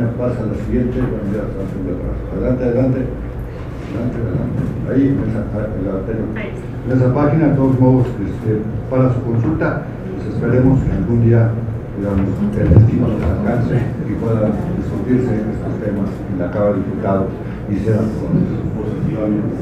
página pasa a la siguiente. Bueno, ya adelante, adelante. Ahí, en esa página, de todos modos, para su consulta, pues esperemos que algún día, digamos, el destino nos alcance y puedan discutirse estos temas en la Cámara de Diputados y sean positivamente.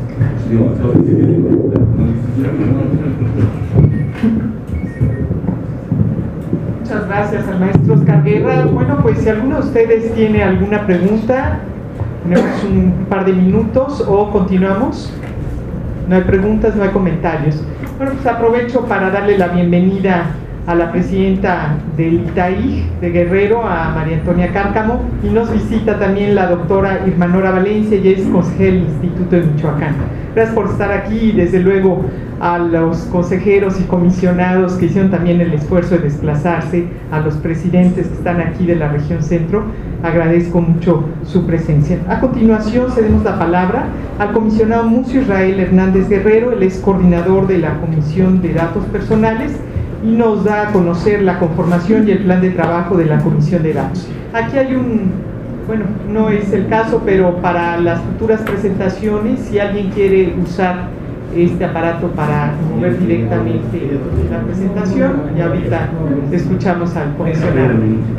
Muchas gracias al maestro Oscar Guerra. Bueno, pues si alguno de ustedes tiene alguna pregunta, tenemos un par de minutos o continuamos. No hay preguntas, no hay comentarios. Bueno, pues aprovecho para darle la bienvenida a la presidenta del ITAIG de Guerrero, a María Antonia Cárcamo, y nos visita también la doctora Irma Nora Valencia, y es consejera del Instituto de Michoacán. Gracias por estar aquí, y desde luego a los consejeros y comisionados que hicieron también el esfuerzo de desplazarse, a los presidentes que están aquí de la región centro, agradezco mucho su presencia. A continuación cedemos la palabra al comisionado Mucio Israel Hernández Guerrero, él es coordinador de la Comisión de Datos Personales, y nos da a conocer la conformación y el plan de trabajo de la Comisión de Datos. Aquí hay bueno, no es el caso, pero para las futuras presentaciones, si alguien quiere usar este aparato para mover directamente la presentación, y ahorita escuchamos al comisionado.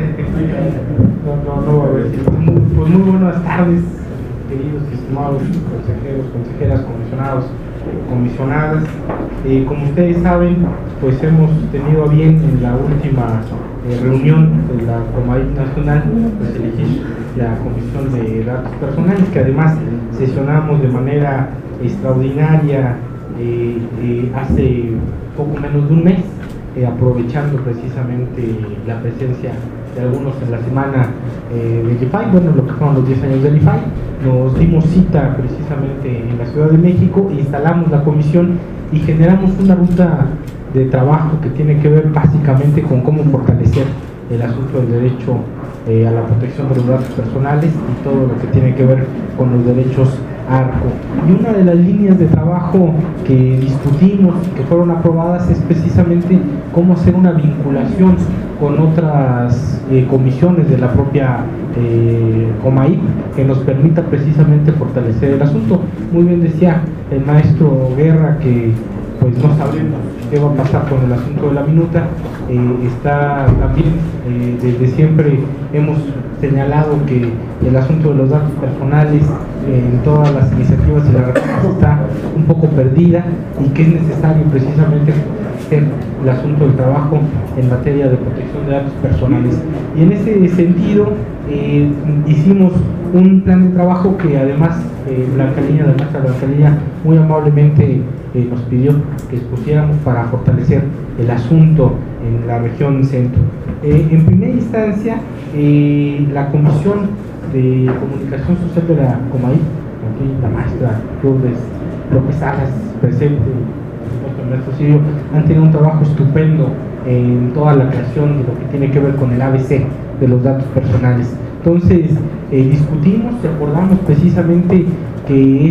Pues muy buenas tardes, queridos y estimados consejeros, consejeras, comisionados, comisionadas. Como ustedes saben, pues hemos tenido a bien en la última reunión de la Comaip Nacional, pues elegir la Comisión de Datos Personales, que además sesionamos de manera extraordinaria hace poco menos de un mes, aprovechando precisamente la presencia de algunos en la semana del IFAI, bueno, lo que fueron los 10 años del IFAI. Nos dimos cita precisamente en la Ciudad de México, instalamos la comisión y generamos una ruta de trabajo que tiene que ver básicamente con cómo fortalecer el asunto del derecho a la protección de los datos personales y todo lo que tiene que ver con los derechos ARCO. Y una de las líneas de trabajo que discutimos, que fueron aprobadas, es precisamente cómo hacer una vinculación con otras comisiones de la propia Comaip que nos permita precisamente fortalecer el asunto. Muy bien decía el maestro Guerra que pues no sabemos qué va a pasar con el asunto de la minuta. Está también, desde siempre hemos señalado que el asunto de los datos personales en todas las iniciativas y las reformas está un poco perdida, y que es necesario precisamente hacer el asunto del trabajo en materia de protección de datos personales. Y en ese sentido hicimos un plan de trabajo que además Blanca Línea, la maestra Blanca Línea, muy amablemente nos pidió que expusiéramos para fortalecer el asunto en la región centro. En primera instancia, la Comisión de Comunicación Social de la Comaip, aquí la maestra Lourdes López Salas presente, el maestro Sirio, han tenido un trabajo estupendo en toda la creación de lo que tiene que ver con el ABC de los datos personales. Entonces discutimos y acordamos precisamente que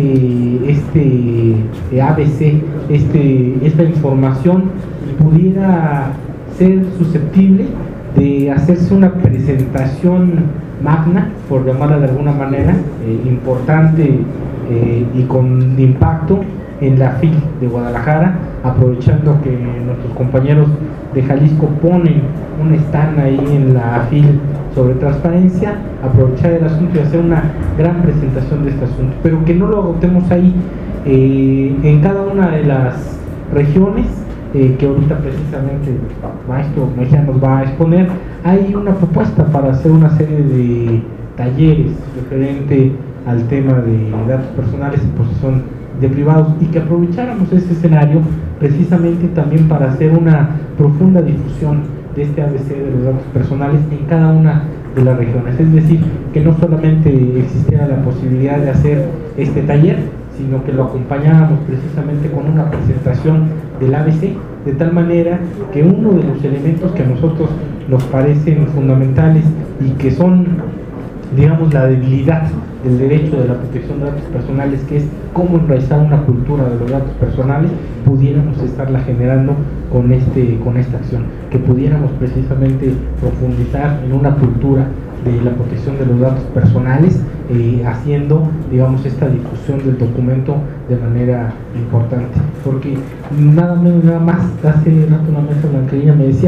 este ABC, esta información pudiera ser susceptible de hacerse una presentación magna, por llamarla de alguna manera, importante y con impacto en la FIL de Guadalajara, aprovechando que nuestros compañeros de Jalisco ponen un stand ahí en la FIL sobre transparencia, aprovechar el asunto y hacer una gran presentación de este asunto, pero que no lo agotemos ahí. En cada una de las regiones que ahorita precisamente el maestro Mejía nos va a exponer, hay una propuesta para hacer una serie de talleres referente al tema de datos personales en posesión de privados, y que aprovecháramos este escenario precisamente también para hacer una profunda difusión de este ABC de los datos personales en cada una de las regiones. Es decir, que no solamente existiera la posibilidad de hacer este taller, sino que lo acompañáramos precisamente con una presentación del ABC, de tal manera que uno de los elementos que a nosotros nos parecen fundamentales y que son, digamos, la debilidad del derecho de la protección de datos personales, que es cómo enraizar una cultura de los datos personales, pudiéramos estarla generando con esta acción, que pudiéramos precisamente profundizar en una cultura de la protección de los datos personales, haciendo, digamos, esta difusión del documento de manera importante, porque nada más hace rato una maestra Blanquerina me decía,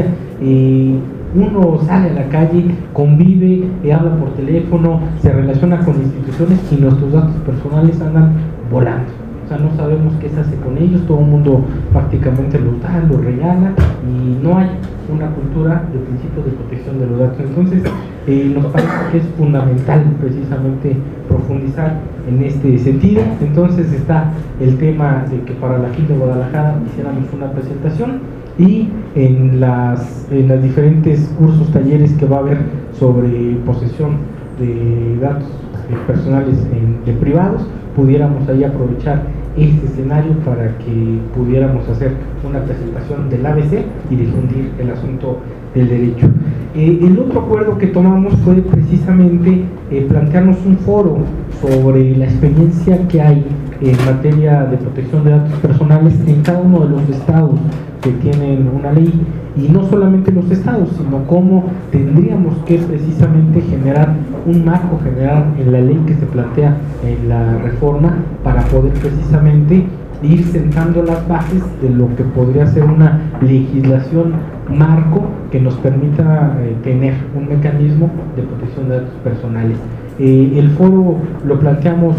uno sale a la calle, convive, habla por teléfono, se relaciona con instituciones y nuestros datos personales andan volando. O sea, no sabemos qué se hace con ellos, todo el mundo prácticamente los da, los regala y no hay una cultura de principios de protección de los datos. Entonces, nos parece que es fundamental precisamente profundizar en este sentido. Entonces está el tema de que para la FIL de Guadalajara hiciéramos una presentación, y en las diferentes cursos, talleres que va a haber sobre posesión de datos personales de privados, pudiéramos ahí aprovechar este escenario para que pudiéramos hacer una presentación del ABC y difundir el asunto del derecho. El otro acuerdo que tomamos fue precisamente plantearnos un foro sobre la experiencia que hay en materia de protección de datos personales en cada uno de los estados que tienen una ley, y no solamente los estados, sino cómo tendríamos que precisamente generar un marco general en la ley que se plantea en la reforma para poder precisamente ir sentando las bases de lo que podría ser una legislación marco que nos permita tener un mecanismo de protección de datos personales. El foro lo planteamos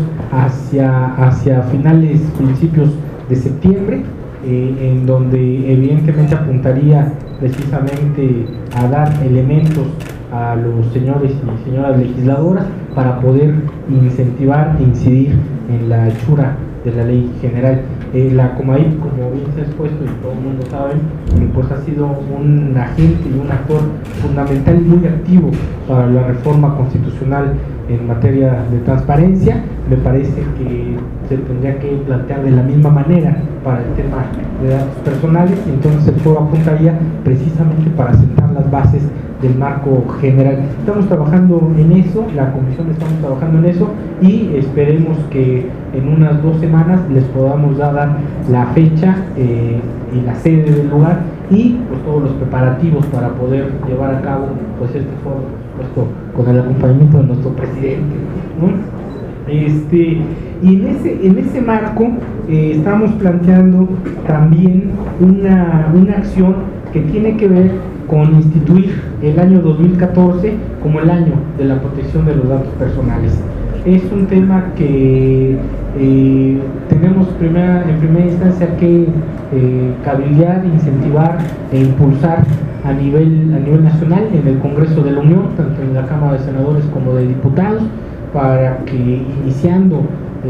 hacia finales, principios de septiembre, en donde evidentemente apuntaría precisamente a dar elementos a los señores y señoras legisladoras para poder incentivar e incidir en la hechura de la ley general. La Comaip, como bien se ha expuesto y todo el mundo sabe, pues ha sido un agente y un actor fundamental y muy activo para la reforma constitucional en materia de transparencia. Me parece que se tendría que plantear de la misma manera para el tema de datos personales, entonces el foro apuntaría precisamente para sentar las bases del marco general. Estamos trabajando en eso, la comisión estamos trabajando en eso, y esperemos que en unas 2 semanas les podamos dar la fecha y la sede del lugar y pues todos los preparativos para poder llevar a cabo pues este foro, por supuesto, con el acompañamiento de nuestro presidente, ¿no? Y en ese marco estamos planteando también una acción que tiene que ver con instituir el año 2014 como el año de la protección de los datos personales. Es un tema que tenemos en primera instancia que cabildear, incentivar e impulsar a nivel nacional en el Congreso de la Unión, tanto en la Cámara de Senadores como de Diputados, para que iniciando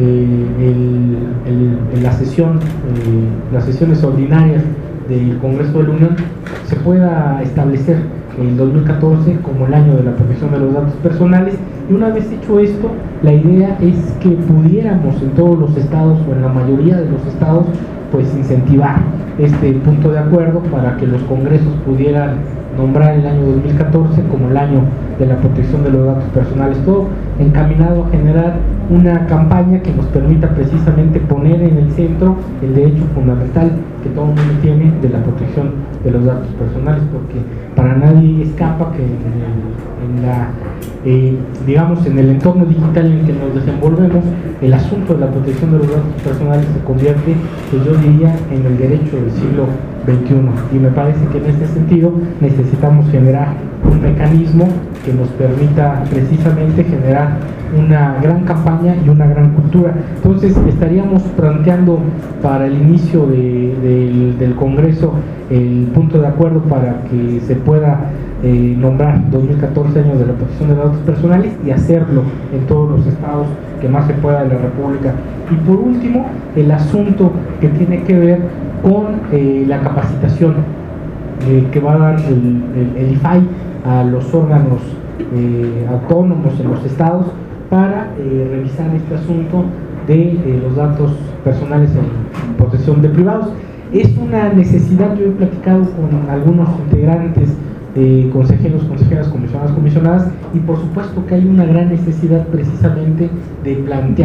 las sesiones ordinarias del Congreso de la Unión se pueda establecer el 2014 como el año de la protección de los datos personales. Y una vez hecho esto, la idea es que pudiéramos en todos los estados o en la mayoría de los estados pues incentivar este punto de acuerdo para que los congresos pudieran nombrar el año 2014 como el año de la protección de los datos personales, todo encaminado a generar una campaña que nos permita precisamente poner en el centro el derecho fundamental que todo el mundo tiene de la protección de los datos personales, porque para nadie escapa que digamos en el entorno digital en el que nos desenvolvemos, el asunto de la protección de los datos personales se convierte, pues yo diría, en el derecho del siglo XXI, y me parece que en este sentido necesitamos generar un mecanismo que nos permita precisamente generar una gran campaña y una gran cultura. Entonces estaríamos planteando para el inicio del Congreso el punto de acuerdo para que se pueda nombrar 2014 años de la protección de datos personales y hacerlo en todos los estados que más se pueda de la República. Y por último, el asunto que tiene que ver con la capacitación que va a dar el IFAI a los órganos autónomos en los estados para revisar este asunto de los datos personales en protección de privados. Es una necesidad, yo he platicado con algunos integrantes, consejeros, consejeras, comisionadas, y por supuesto que hay una gran necesidad precisamente de plantear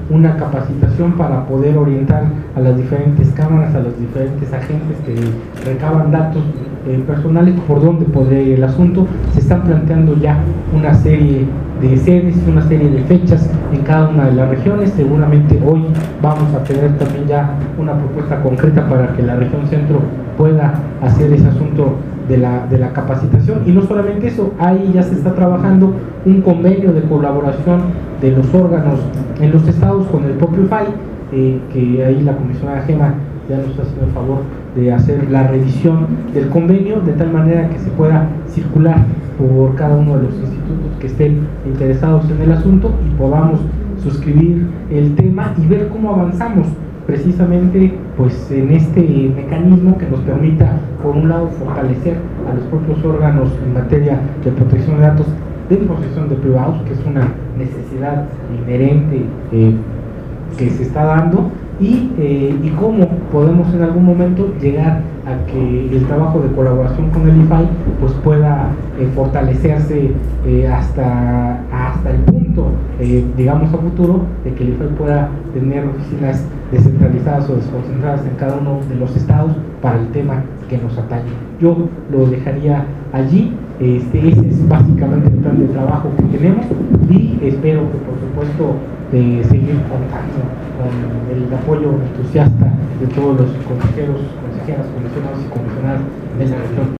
una capacitación para poder orientar a las diferentes cámaras, a los diferentes agentes que recaban datos personales por dónde podría ir el asunto. Se están planteando ya una serie de sedes, una serie de fechas en cada una de las regiones. Seguramente hoy vamos a tener también ya una propuesta concreta para que la región centro pueda hacer ese asunto de la capacitación. Y no solamente eso, ahí ya se está trabajando un convenio de colaboración de los órganos en los estados con el propio IFAI, que ahí la comisionada Gema ya nos está haciendo el favor de hacer la revisión del convenio de tal manera que se pueda circular por cada uno de los institutos que estén interesados en el asunto y podamos suscribir el tema y ver cómo avanzamos precisamente pues en este mecanismo que nos permita por un lado fortalecer a los propios órganos en materia de protección de datos de protección de privados, que es una necesidad inherente que se está dando, y cómo podemos en algún momento llegar a que el trabajo de colaboración con el IFAI pues pueda fortalecerse hasta el punto, digamos a futuro, de que el IFAI pueda tener oficinas descentralizadas o desconcentradas en cada uno de los estados para el tema que nos atañe. Yo lo dejaría allí. Ese es básicamente el plan de trabajo que tenemos y espero que por supuesto seguir contando con el apoyo entusiasta de todos los consejeros, consejeras, comisionados y comisionadas de la región.